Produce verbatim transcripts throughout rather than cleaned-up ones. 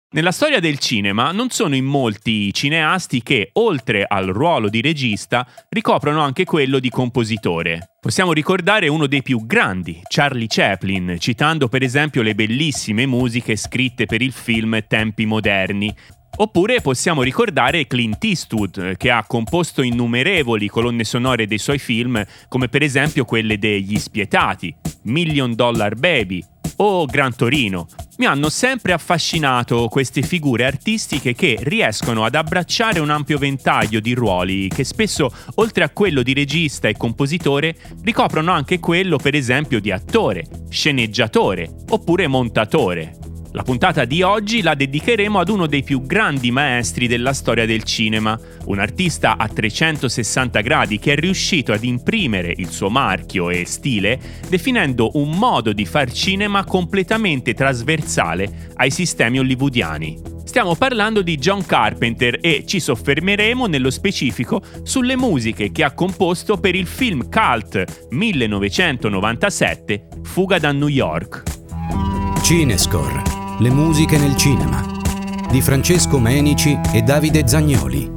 Nella storia del cinema non sono in molti i cineasti che, oltre al ruolo di regista, ricoprono anche quello di compositore. Possiamo ricordare uno dei più grandi, Charlie Chaplin, citando per esempio le bellissime musiche scritte per il film Tempi moderni. Oppure possiamo ricordare Clint Eastwood, che ha composto innumerevoli colonne sonore dei suoi film, come per esempio quelle degli Spietati, Million Dollar Baby o Gran Torino. Mi hanno sempre affascinato queste figure artistiche che riescono ad abbracciare un ampio ventaglio di ruoli che spesso, oltre a quello di regista e compositore, ricoprono anche quello per esempio di attore, sceneggiatore oppure montatore. La puntata di oggi la dedicheremo ad uno dei più grandi maestri della storia del cinema, un artista a trecentosessanta gradi che è riuscito ad imprimere il suo marchio e stile definendo un modo di far cinema completamente trasversale ai sistemi hollywoodiani. Stiamo parlando di John Carpenter e ci soffermeremo nello specifico sulle musiche che ha composto per il film cult millenovecentonovantasette Fuga da New York. Cinescore, le musiche nel cinema, di Francesco Menici e Davide Zagnoli.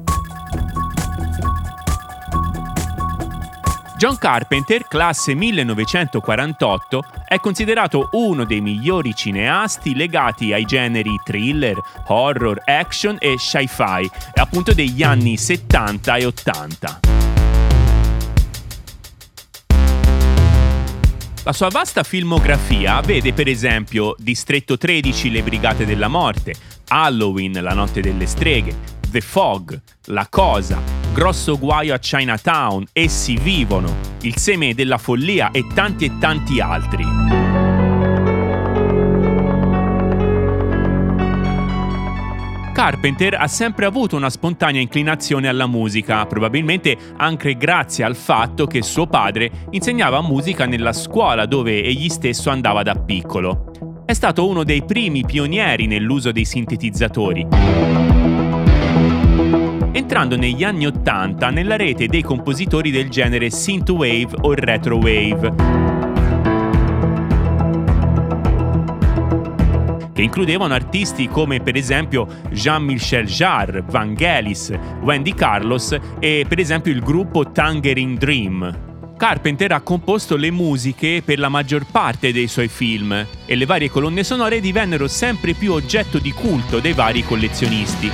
John Carpenter, classe millenovecentoquarantotto, è considerato uno dei migliori cineasti legati ai generi thriller, horror, action e sci-fi, appunto degli anni settanta e ottanta. La sua vasta filmografia vede per esempio Distretto tredici, Le Brigate della Morte, Halloween, La Notte delle Streghe, The Fog, La Cosa, Grosso Guaio a Chinatown, Essi Vivono, Il Seme della Follia e tanti e tanti altri. Carpenter ha sempre avuto una spontanea inclinazione alla musica, probabilmente anche grazie al fatto che suo padre insegnava musica nella scuola dove egli stesso andava da piccolo. È stato uno dei primi pionieri nell'uso dei sintetizzatori, entrando negli anni ottanta nella rete dei compositori del genere synthwave o retrowave, che includevano artisti come per esempio Jean-Michel Jarre, Vangelis, Wendy Carlos e per esempio il gruppo Tangerine Dream. Carpenter ha composto le musiche per la maggior parte dei suoi film e le varie colonne sonore divennero sempre più oggetto di culto dei vari collezionisti.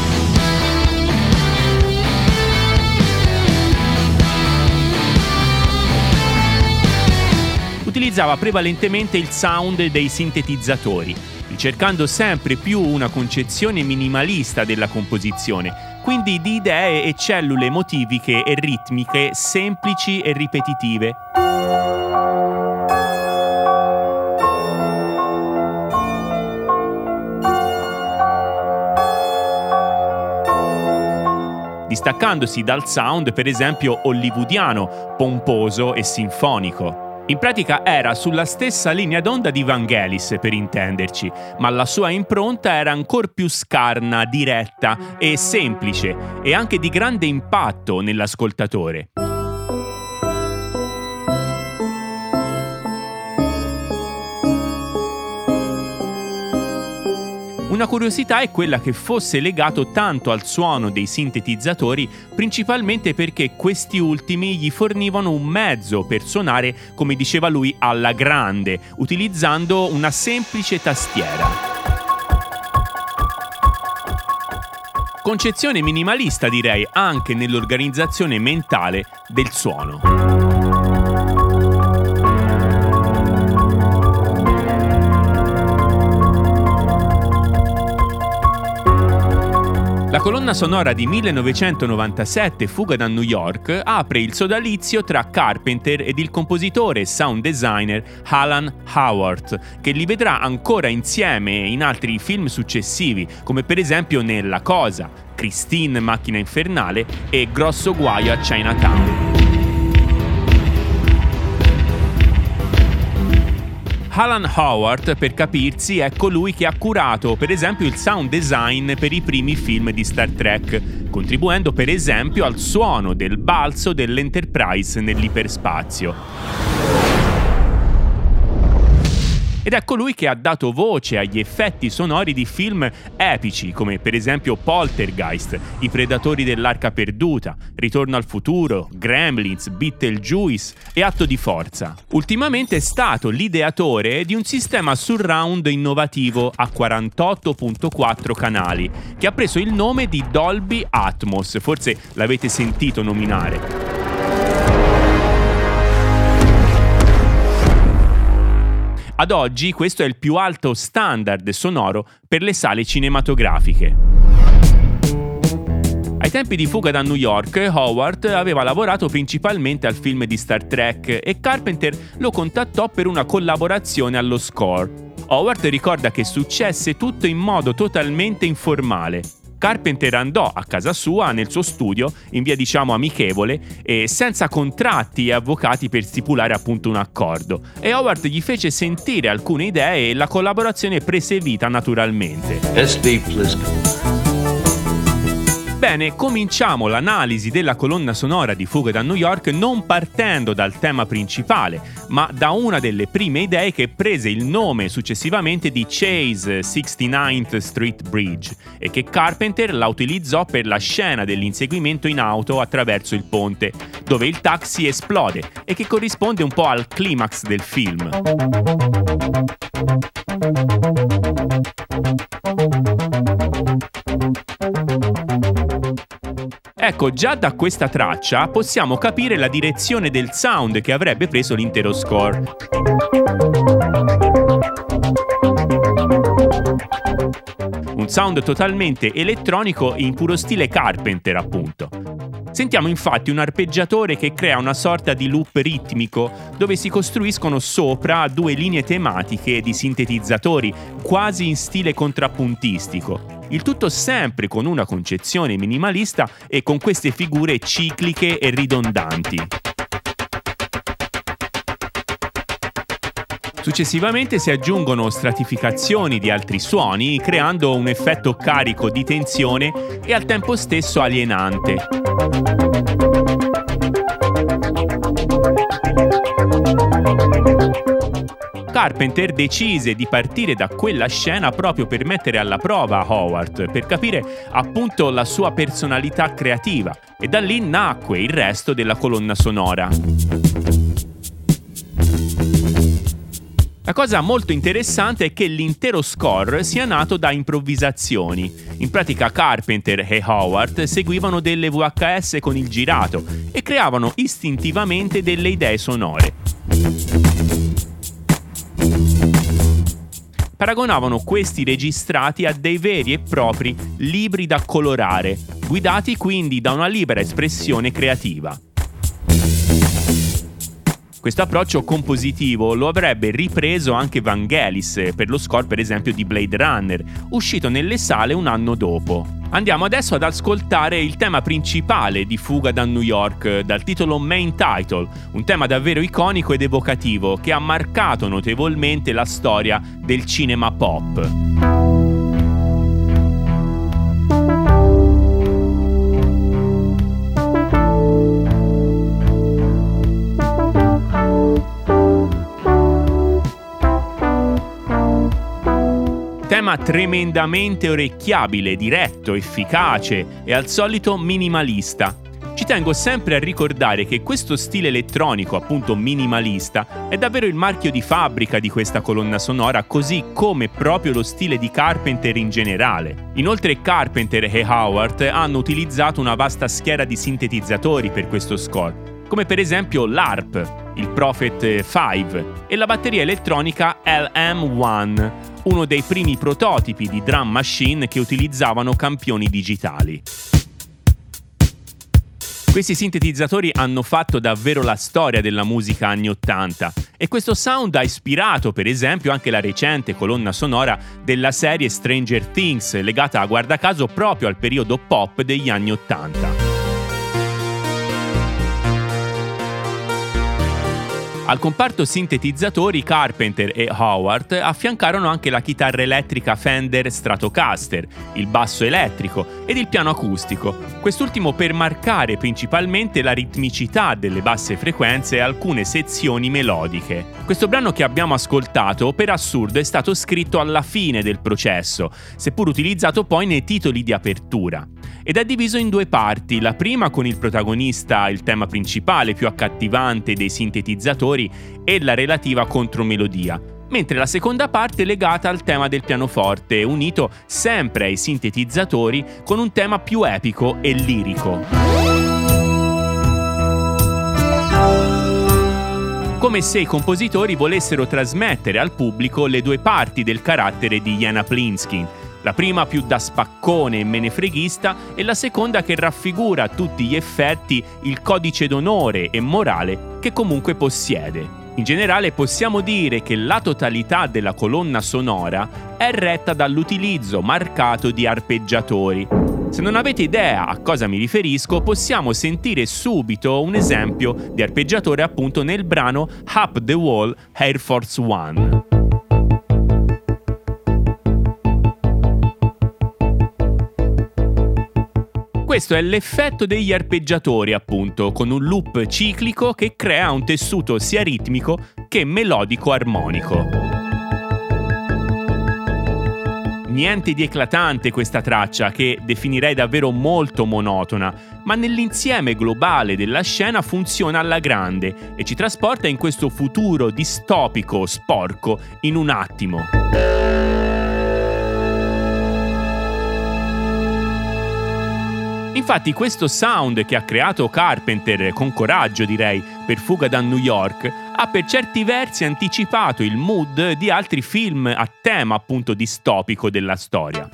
Utilizzava prevalentemente il sound dei sintetizzatori, ricercando sempre più una concezione minimalista della composizione, quindi di idee e cellule motiviche e ritmiche semplici e ripetitive. Distaccandosi dal sound, per esempio, hollywoodiano, pomposo e sinfonico. In pratica era sulla stessa linea d'onda di Vangelis, per intenderci, ma la sua impronta era ancor più scarna, diretta e semplice, e anche di grande impatto nell'ascoltatore. Una curiosità è quella che fosse legato tanto al suono dei sintetizzatori, principalmente perché questi ultimi gli fornivano un mezzo per suonare, come diceva lui, alla grande, utilizzando una semplice tastiera. Concezione minimalista, direi, anche nell'organizzazione mentale del suono. La colonna sonora di millenovecentonovantasette, Fuga da New York, apre il sodalizio tra Carpenter ed il compositore e sound designer Alan Howarth, che li vedrà ancora insieme in altri film successivi, come per esempio nella Cosa, Christine Macchina Infernale e Grosso Guaio a Chinatown. Alan Howarth, per capirsi, è colui che ha curato per esempio il sound design per i primi film di Star Trek, contribuendo per esempio al suono del balzo dell'Enterprise nell'iperspazio. Ed è colui che ha dato voce agli effetti sonori di film epici come per esempio Poltergeist, I Predatori dell'Arca Perduta, Ritorno al futuro, Gremlins, Beetlejuice e Atto di forza. Ultimamente è stato l'ideatore di un sistema surround innovativo a quarantotto virgola quattro canali che ha preso il nome di Dolby Atmos, forse l'avete sentito nominare. Ad oggi questo è il più alto standard sonoro per le sale cinematografiche. Ai tempi di Fuga da New York, Howard aveva lavorato principalmente al film di Star Trek e Carpenter lo contattò per una collaborazione allo score. Howard ricorda che successe tutto in modo totalmente informale. Carpenter andò a casa sua, nel suo studio, in via diciamo amichevole e senza contratti e avvocati per stipulare appunto un accordo. E Howard gli fece sentire alcune idee e la collaborazione prese vita naturalmente. S D Pliskin. Bene, cominciamo l'analisi della colonna sonora di Fuga da New York non partendo dal tema principale, ma da una delle prime idee che prese il nome successivamente di Chase sessantanovesima Street Bridge e che Carpenter la utilizzò per la scena dell'inseguimento in auto attraverso il ponte, dove il taxi esplode e che corrisponde un po' al climax del film. Ecco, già da questa traccia possiamo capire la direzione del sound che avrebbe preso l'intero score. Un sound totalmente elettronico in puro stile Carpenter, appunto. Sentiamo infatti un arpeggiatore che crea una sorta di loop ritmico dove si costruiscono sopra due linee tematiche di sintetizzatori, quasi in stile contrappuntistico. Il tutto sempre con una concezione minimalista e con queste figure cicliche e ridondanti. Successivamente si aggiungono stratificazioni di altri suoni, creando un effetto carico di tensione e al tempo stesso alienante. Carpenter decise di partire da quella scena proprio per mettere alla prova Howard, per capire appunto la sua personalità creativa, e da lì nacque il resto della colonna sonora. La cosa molto interessante è che l'intero score sia nato da improvvisazioni. In pratica Carpenter e Howard seguivano delle V H S con il girato e creavano istintivamente delle idee sonore. Paragonavano questi registrati a dei veri e propri libri da colorare, guidati quindi da una libera espressione creativa. Questo approccio compositivo lo avrebbe ripreso anche Vangelis per lo score per esempio di Blade Runner, uscito nelle sale un anno dopo. Andiamo adesso ad ascoltare il tema principale di Fuga da New York, dal titolo Main Title, un tema davvero iconico ed evocativo che ha marcato notevolmente la storia del cinema pop. Tema tremendamente orecchiabile, diretto, efficace e al solito minimalista. Ci tengo sempre a ricordare che questo stile elettronico, appunto minimalista, è davvero il marchio di fabbrica di questa colonna sonora, così come proprio lo stile di Carpenter in generale. Inoltre Carpenter e Howard hanno utilizzato una vasta schiera di sintetizzatori per questo score, come per esempio l'A R P, il Prophet cinque, e la batteria elettronica L M uno, uno dei primi prototipi di drum machine che utilizzavano campioni digitali. Questi sintetizzatori hanno fatto davvero la storia della musica anni ottanta e questo sound ha ispirato per esempio anche la recente colonna sonora della serie Stranger Things, legata guarda caso proprio al periodo pop degli anni ottanta. Al comparto sintetizzatori Carpenter e Howard affiancarono anche la chitarra elettrica Fender Stratocaster, il basso elettrico ed il piano acustico, quest'ultimo per marcare principalmente la ritmicità delle basse frequenze e alcune sezioni melodiche. Questo brano che abbiamo ascoltato, per assurdo, è stato scritto alla fine del processo, seppur utilizzato poi nei titoli di apertura. Ed è diviso in due parti, la prima con il protagonista, il tema principale più accattivante dei sintetizzatori e la relativa contromelodia, mentre la seconda parte è legata al tema del pianoforte, unito sempre ai sintetizzatori con un tema più epico e lirico. Come se i compositori volessero trasmettere al pubblico le due parti del carattere di Jana Plinsky, la prima più da spaccone e menefreghista e la seconda che raffigura a tutti gli effetti il codice d'onore e morale che comunque possiede. In generale possiamo dire che la totalità della colonna sonora è retta dall'utilizzo marcato di arpeggiatori. Se non avete idea a cosa mi riferisco, possiamo sentire subito un esempio di arpeggiatore appunto nel brano Up the Wall Air Force One. Questo è l'effetto degli arpeggiatori, appunto, con un loop ciclico che crea un tessuto sia ritmico che melodico-armonico. Niente di eclatante questa traccia, che definirei davvero molto monotona, ma nell'insieme globale della scena funziona alla grande e ci trasporta in questo futuro distopico, sporco, in un attimo. Infatti questo sound che ha creato Carpenter, con coraggio direi, per Fuga da New York, ha per certi versi anticipato il mood di altri film a tema appunto distopico della storia.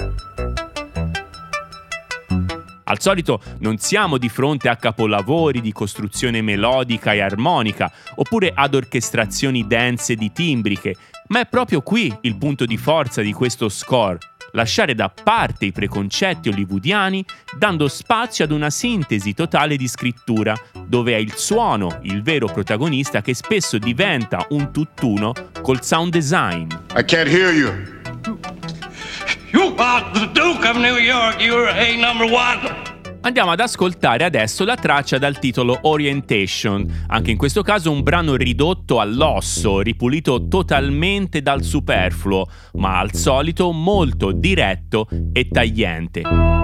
Al solito non siamo di fronte a capolavori di costruzione melodica e armonica, oppure ad orchestrazioni dense di timbriche, ma è proprio qui il punto di forza di questo score. Lasciare da parte i preconcetti hollywoodiani, dando spazio ad una sintesi totale di scrittura, dove è il suono il vero protagonista che spesso diventa un tutt'uno col sound design. I can't hear you. You are the Duke of New York, you're a number one. Andiamo ad ascoltare adesso la traccia dal titolo Orientation, anche in questo caso un brano ridotto all'osso, ripulito totalmente dal superfluo, ma al solito molto diretto e tagliente.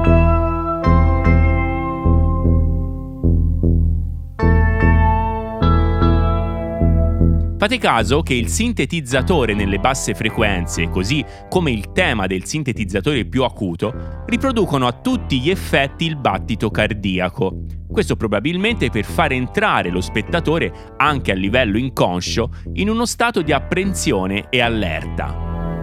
Fate caso che il sintetizzatore nelle basse frequenze, così come il tema del sintetizzatore più acuto, riproducono a tutti gli effetti il battito cardiaco. Questo probabilmente per far entrare lo spettatore, anche a livello inconscio, in uno stato di apprensione e allerta.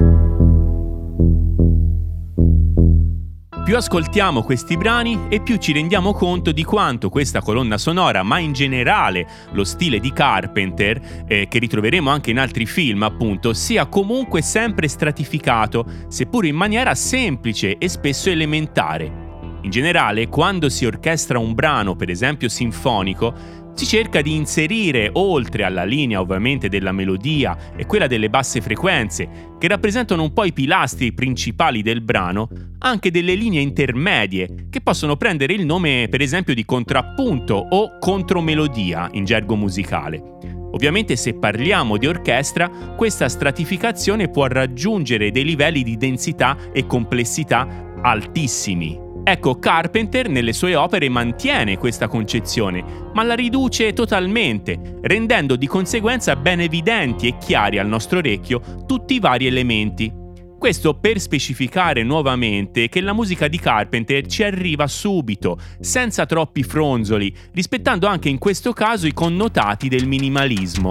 Più ascoltiamo questi brani e più ci rendiamo conto di quanto questa colonna sonora, ma in generale lo stile di Carpenter, eh, che ritroveremo anche in altri film appunto, sia comunque sempre stratificato, seppur in maniera semplice e spesso elementare. In generale, quando si orchestra un brano, per esempio sinfonico, si cerca di inserire, oltre alla linea ovviamente della melodia e quella delle basse frequenze, che rappresentano un po' i pilastri principali del brano, anche delle linee intermedie, che possono prendere il nome per esempio di contrappunto o contromelodia in gergo musicale. Ovviamente se parliamo di orchestra, questa stratificazione può raggiungere dei livelli di densità e complessità altissimi. Ecco, Carpenter nelle sue opere mantiene questa concezione, ma la riduce totalmente, rendendo di conseguenza ben evidenti e chiari al nostro orecchio tutti i vari elementi. Questo per specificare nuovamente che la musica di Carpenter ci arriva subito, senza troppi fronzoli, rispettando anche in questo caso i connotati del minimalismo.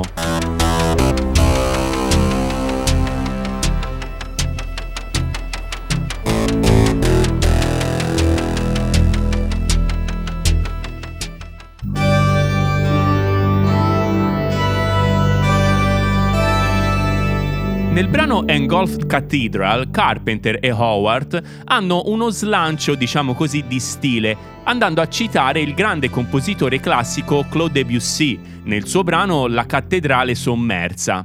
Nel brano Engulfed Cathedral, Carpenter e Howard hanno uno slancio, diciamo così, di stile, andando a citare il grande compositore classico Claude Debussy nel suo brano La cattedrale sommersa.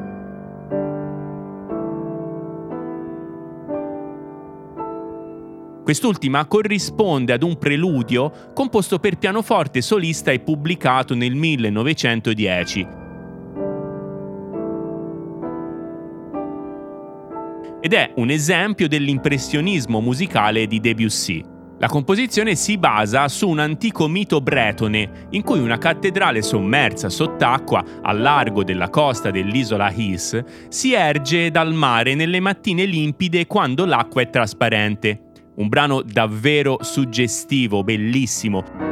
Quest'ultima corrisponde ad un preludio composto per pianoforte solista e pubblicato nel millenovecentodieci. Ed è un esempio dell'impressionismo musicale di Debussy. La composizione si basa su un antico mito bretone in cui una cattedrale sommersa sott'acqua al largo della costa dell'isola His si erge dal mare nelle mattine limpide quando l'acqua è trasparente. Un brano davvero suggestivo, bellissimo.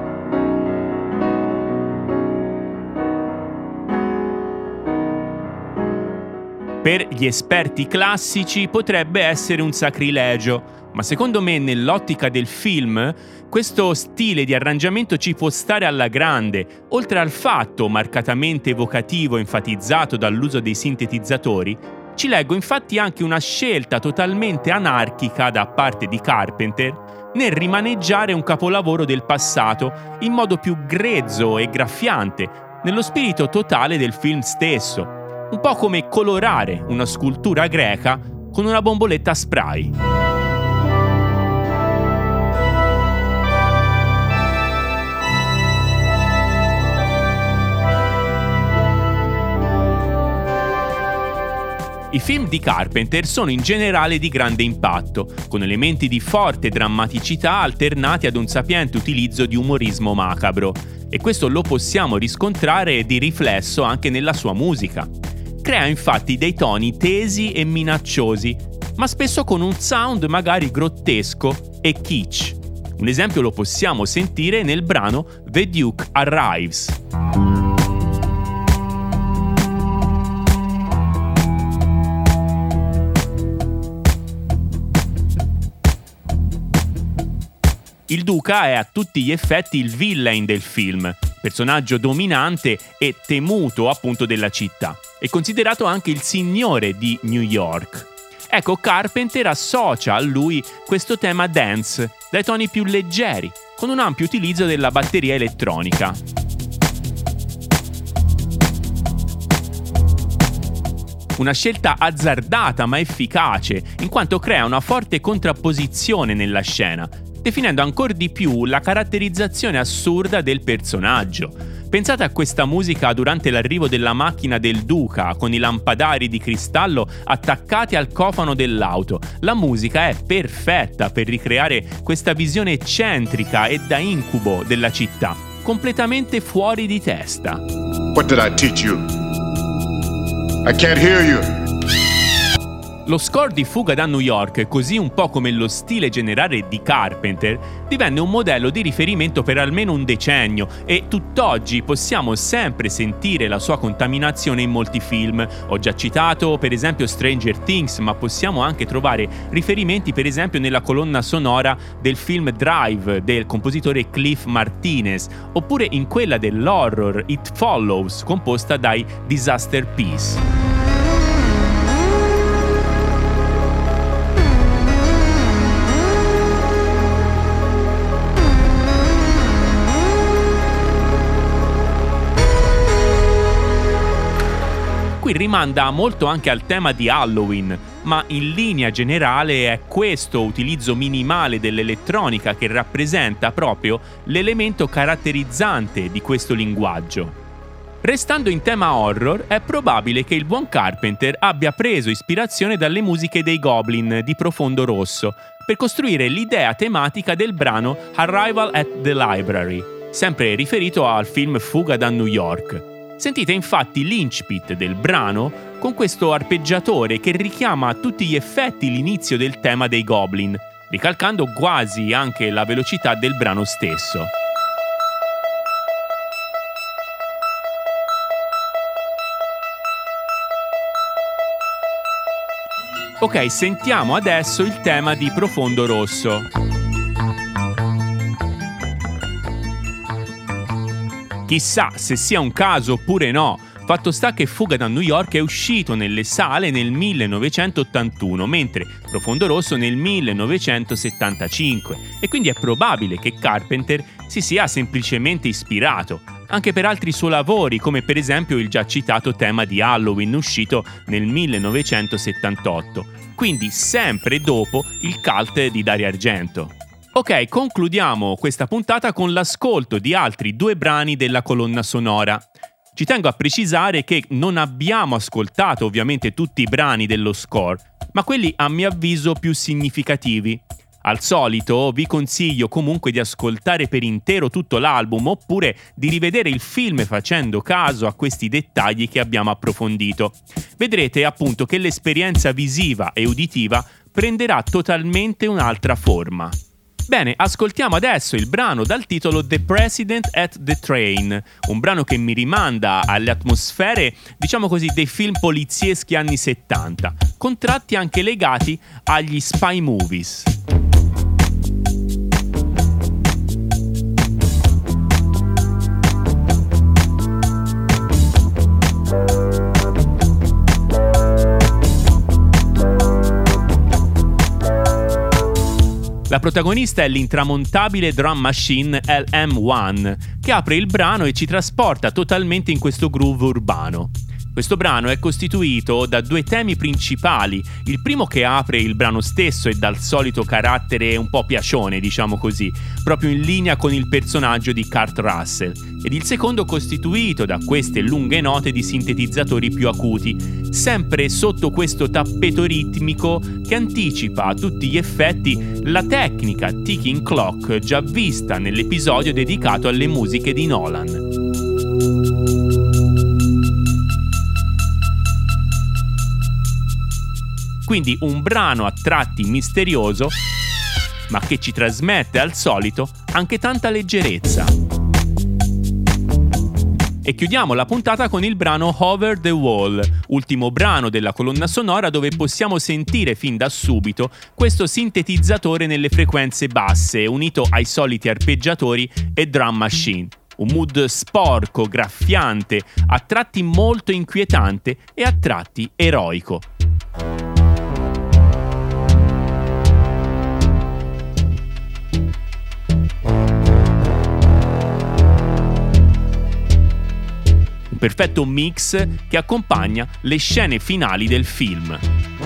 Per gli esperti classici potrebbe essere un sacrilegio, ma secondo me nell'ottica del film questo stile di arrangiamento ci può stare alla grande, oltre al fatto marcatamente evocativo enfatizzato dall'uso dei sintetizzatori. Ci leggo infatti anche una scelta totalmente anarchica da parte di Carpenter nel rimaneggiare un capolavoro del passato in modo più grezzo e graffiante, nello spirito totale del film stesso. Un po' come colorare una scultura greca con una bomboletta spray. I film di Carpenter sono in generale di grande impatto, con elementi di forte drammaticità alternati ad un sapiente utilizzo di umorismo macabro, e questo lo possiamo riscontrare di riflesso anche nella sua musica. Crea infatti dei toni tesi e minacciosi, ma spesso con un sound magari grottesco e kitsch. Un esempio lo possiamo sentire nel brano The Duke Arrives. Il duca è a tutti gli effetti il villain del film, personaggio dominante e temuto appunto della città, e considerato anche il signore di New York. Ecco, Carpenter associa a lui questo tema dance, dai toni più leggeri, con un ampio utilizzo della batteria elettronica. Una scelta azzardata ma efficace, in quanto crea una forte contrapposizione nella scena, definendo ancor di più la caratterizzazione assurda del personaggio. Pensate a questa musica durante l'arrivo della macchina del duca, con i lampadari di cristallo attaccati al cofano dell'auto. La musica è perfetta per ricreare questa visione eccentrica e da incubo della città, completamente fuori di testa. What did I teach you? I can't hear you. Lo score di Fuga da New York, così un po' come lo stile generale di Carpenter, divenne un modello di riferimento per almeno un decennio e tutt'oggi possiamo sempre sentire la sua contaminazione in molti film. Ho già citato per esempio Stranger Things, ma possiamo anche trovare riferimenti per esempio nella colonna sonora del film Drive del compositore Cliff Martinez, oppure in quella dell'horror It Follows, composta dai Disaster Peace. Qui rimanda molto anche al tema di Halloween, ma in linea generale è questo utilizzo minimale dell'elettronica che rappresenta proprio l'elemento caratterizzante di questo linguaggio. Restando in tema horror, è probabile che il buon Carpenter abbia preso ispirazione dalle musiche dei Goblin di Profondo Rosso per costruire l'idea tematica del brano Arrival at the Library, sempre riferito al film Fuga da New York. Sentite infatti l'incipit del brano con questo arpeggiatore che richiama a tutti gli effetti l'inizio del tema dei Goblin, ricalcando quasi anche la velocità del brano stesso. Ok, sentiamo adesso il tema di Profondo Rosso. Chissà se sia un caso oppure no, Fatto sta che Fuga da New York è uscito nelle sale nel millenovecentottantuno, mentre Profondo Rosso nel millenovecentosettantacinque, e quindi è probabile che Carpenter si sia semplicemente ispirato, anche per altri suoi lavori, come per esempio il già citato tema di Halloween uscito nel millenovecentosettantotto, quindi sempre dopo il cult di Dario Argento. Ok, concludiamo questa puntata con l'ascolto di altri due brani della colonna sonora. Ci tengo a precisare che non abbiamo ascoltato ovviamente tutti i brani dello score, ma quelli a mio avviso più significativi. Al solito vi consiglio comunque di ascoltare per intero tutto l'album oppure di rivedere il film facendo caso a questi dettagli che abbiamo approfondito. Vedrete appunto che l'esperienza visiva e uditiva prenderà totalmente un'altra forma. Bene, ascoltiamo adesso il brano dal titolo The President at the Train, un brano che mi rimanda alle atmosfere, diciamo così, dei film polizieschi anni settanta, con tratti anche legati agli spy movies. La protagonista è l'intramontabile drum machine L M uno, che apre il brano e ci trasporta totalmente in questo groove urbano. Questo brano è costituito da due temi principali, il primo che apre il brano stesso e dal solito carattere un po' piacione, diciamo così, proprio in linea con il personaggio di Kurt Russell, ed il secondo costituito da queste lunghe note di sintetizzatori più acuti, sempre sotto questo tappeto ritmico che anticipa a tutti gli effetti la tecnica ticking clock già vista nell'episodio dedicato alle musiche di Nolan. Quindi un brano a tratti misterioso, ma che ci trasmette al solito anche tanta leggerezza. E chiudiamo la puntata con il brano Over the Wall, ultimo brano della colonna sonora dove possiamo sentire fin da subito questo sintetizzatore nelle frequenze basse, unito ai soliti arpeggiatori e drum machine. Un mood sporco, graffiante, a tratti molto inquietante e a tratti eroico. Perfetto mix che accompagna le scene finali del film.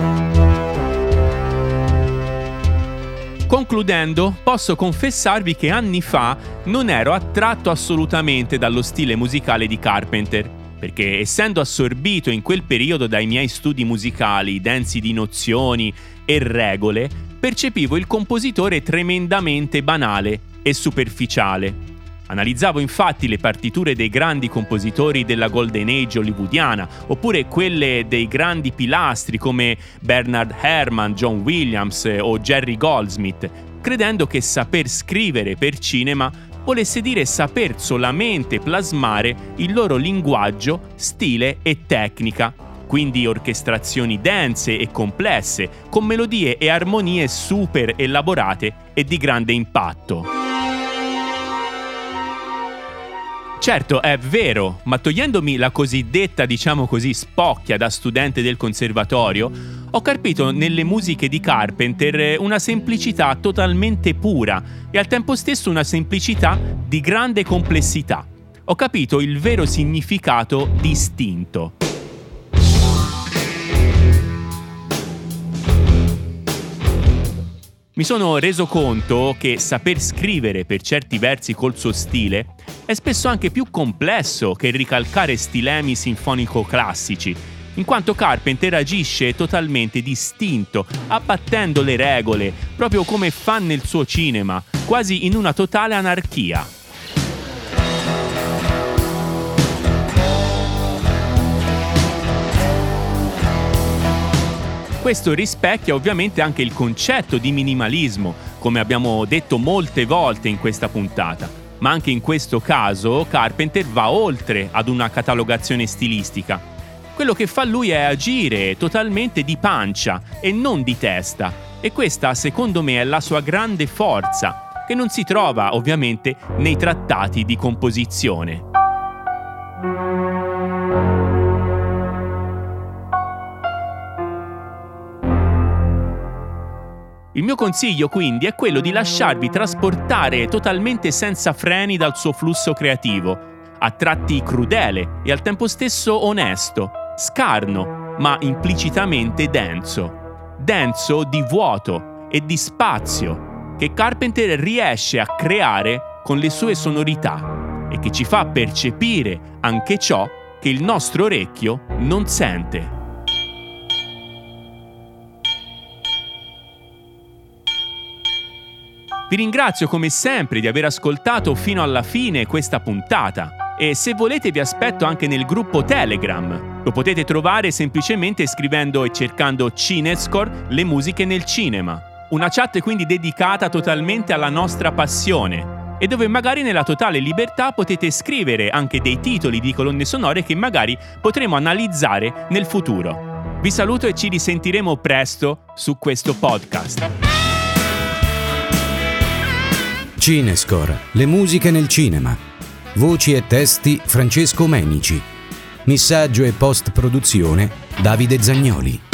Concludendo, posso confessarvi che anni fa non ero attratto assolutamente dallo stile musicale di Carpenter, perché essendo assorbito in quel periodo dai miei studi musicali densi di nozioni e regole, percepivo il compositore tremendamente banale e superficiale. Analizzavo infatti le partiture dei grandi compositori della Golden Age hollywoodiana, oppure quelle dei grandi pilastri come Bernard Herrmann, John Williams o Jerry Goldsmith, credendo che saper scrivere per cinema volesse dire saper solamente plasmare il loro linguaggio, stile e tecnica, quindi orchestrazioni dense e complesse, con melodie e armonie super elaborate e di grande impatto. Certo, è vero, ma togliendomi la cosiddetta, diciamo così, spocchia da studente del conservatorio, ho capito nelle musiche di Carpenter una semplicità totalmente pura e al tempo stesso una semplicità di grande complessità. Ho capito il vero significato distinto. Mi sono reso conto che saper scrivere per certi versi col suo stile è spesso anche più complesso che ricalcare stilemi sinfonico-classici, in quanto Carpenter agisce totalmente distinto, abbattendo le regole, proprio come fa nel suo cinema, quasi in una totale anarchia. Questo rispecchia ovviamente anche il concetto di minimalismo, come abbiamo detto molte volte in questa puntata, ma anche in questo caso Carpenter va oltre ad una catalogazione stilistica. Quello che fa lui è agire totalmente di pancia e non di testa, e questa secondo me è la sua grande forza, che non si trova ovviamente nei trattati di composizione. Il mio consiglio quindi è quello di lasciarvi trasportare totalmente senza freni dal suo flusso creativo, a tratti crudele e al tempo stesso onesto, scarno, ma implicitamente denso. Denso di vuoto e di spazio che Carpenter riesce a creare con le sue sonorità e che ci fa percepire anche ciò che il nostro orecchio non sente. Vi ringrazio come sempre di aver ascoltato fino alla fine questa puntata e se volete vi aspetto anche nel gruppo Telegram. Lo potete trovare semplicemente scrivendo e cercando Cinescore, le musiche nel cinema. Una chat quindi dedicata totalmente alla nostra passione e dove magari nella totale libertà potete scrivere anche dei titoli di colonne sonore che magari potremo analizzare nel futuro. Vi saluto e ci risentiremo presto su questo podcast. Cinescore, le musiche nel cinema. Voci e testi Francesco Menici. Missaggio e post-produzione Davide Zagnoli.